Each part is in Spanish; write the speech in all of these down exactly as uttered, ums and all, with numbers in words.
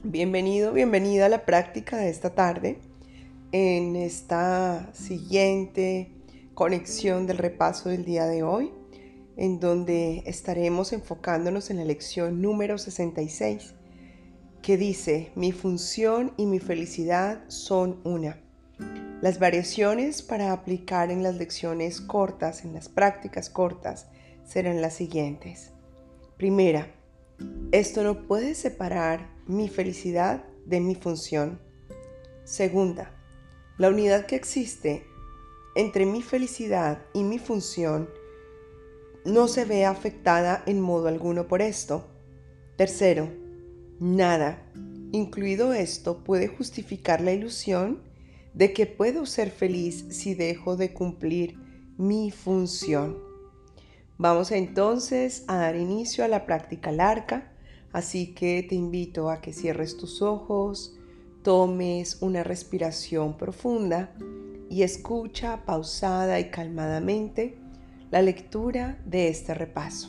Bienvenido, bienvenida a la práctica de esta tarde, en esta siguiente conexión del repaso del día de hoy, en donde estaremos enfocándonos en la lección número sesenta y seis, que dice: mi función y mi felicidad son una. Las variaciones para aplicar en las lecciones cortas, en las prácticas cortas, serán las siguientes. Primera, esto no puede separar mi felicidad de mi función. Segunda, la unidad que existe entre mi felicidad y mi función no se ve afectada en modo alguno por esto. Tercero, nada, incluido esto, puede justificar la ilusión de que puedo ser feliz si dejo de cumplir mi función. Vamos entonces a dar inicio a la práctica larga, así que te invito a que cierres tus ojos, tomes una respiración profunda y escucha pausada y calmadamente la lectura de este repaso.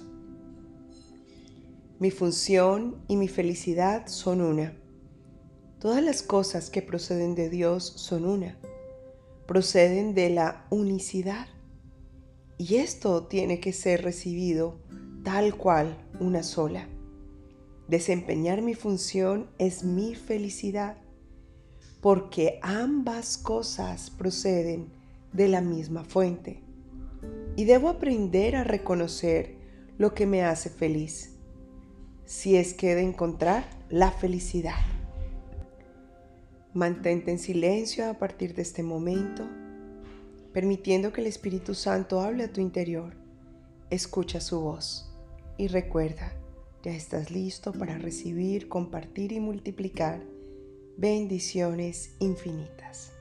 Mi función y mi felicidad son una. Todas las cosas que proceden de Dios son una. Proceden de la unicidad. Y esto tiene que ser recibido tal cual, una sola. Desempeñar mi función es mi felicidad, porque ambas cosas proceden de la misma fuente. Y debo aprender a reconocer lo que me hace feliz, si es que he de encontrar la felicidad. Mantente en silencio a partir de este momento, permitiendo que el Espíritu Santo hable a tu interior. Escucha su voz y recuerda, ya estás listo para recibir, compartir y multiplicar bendiciones infinitas.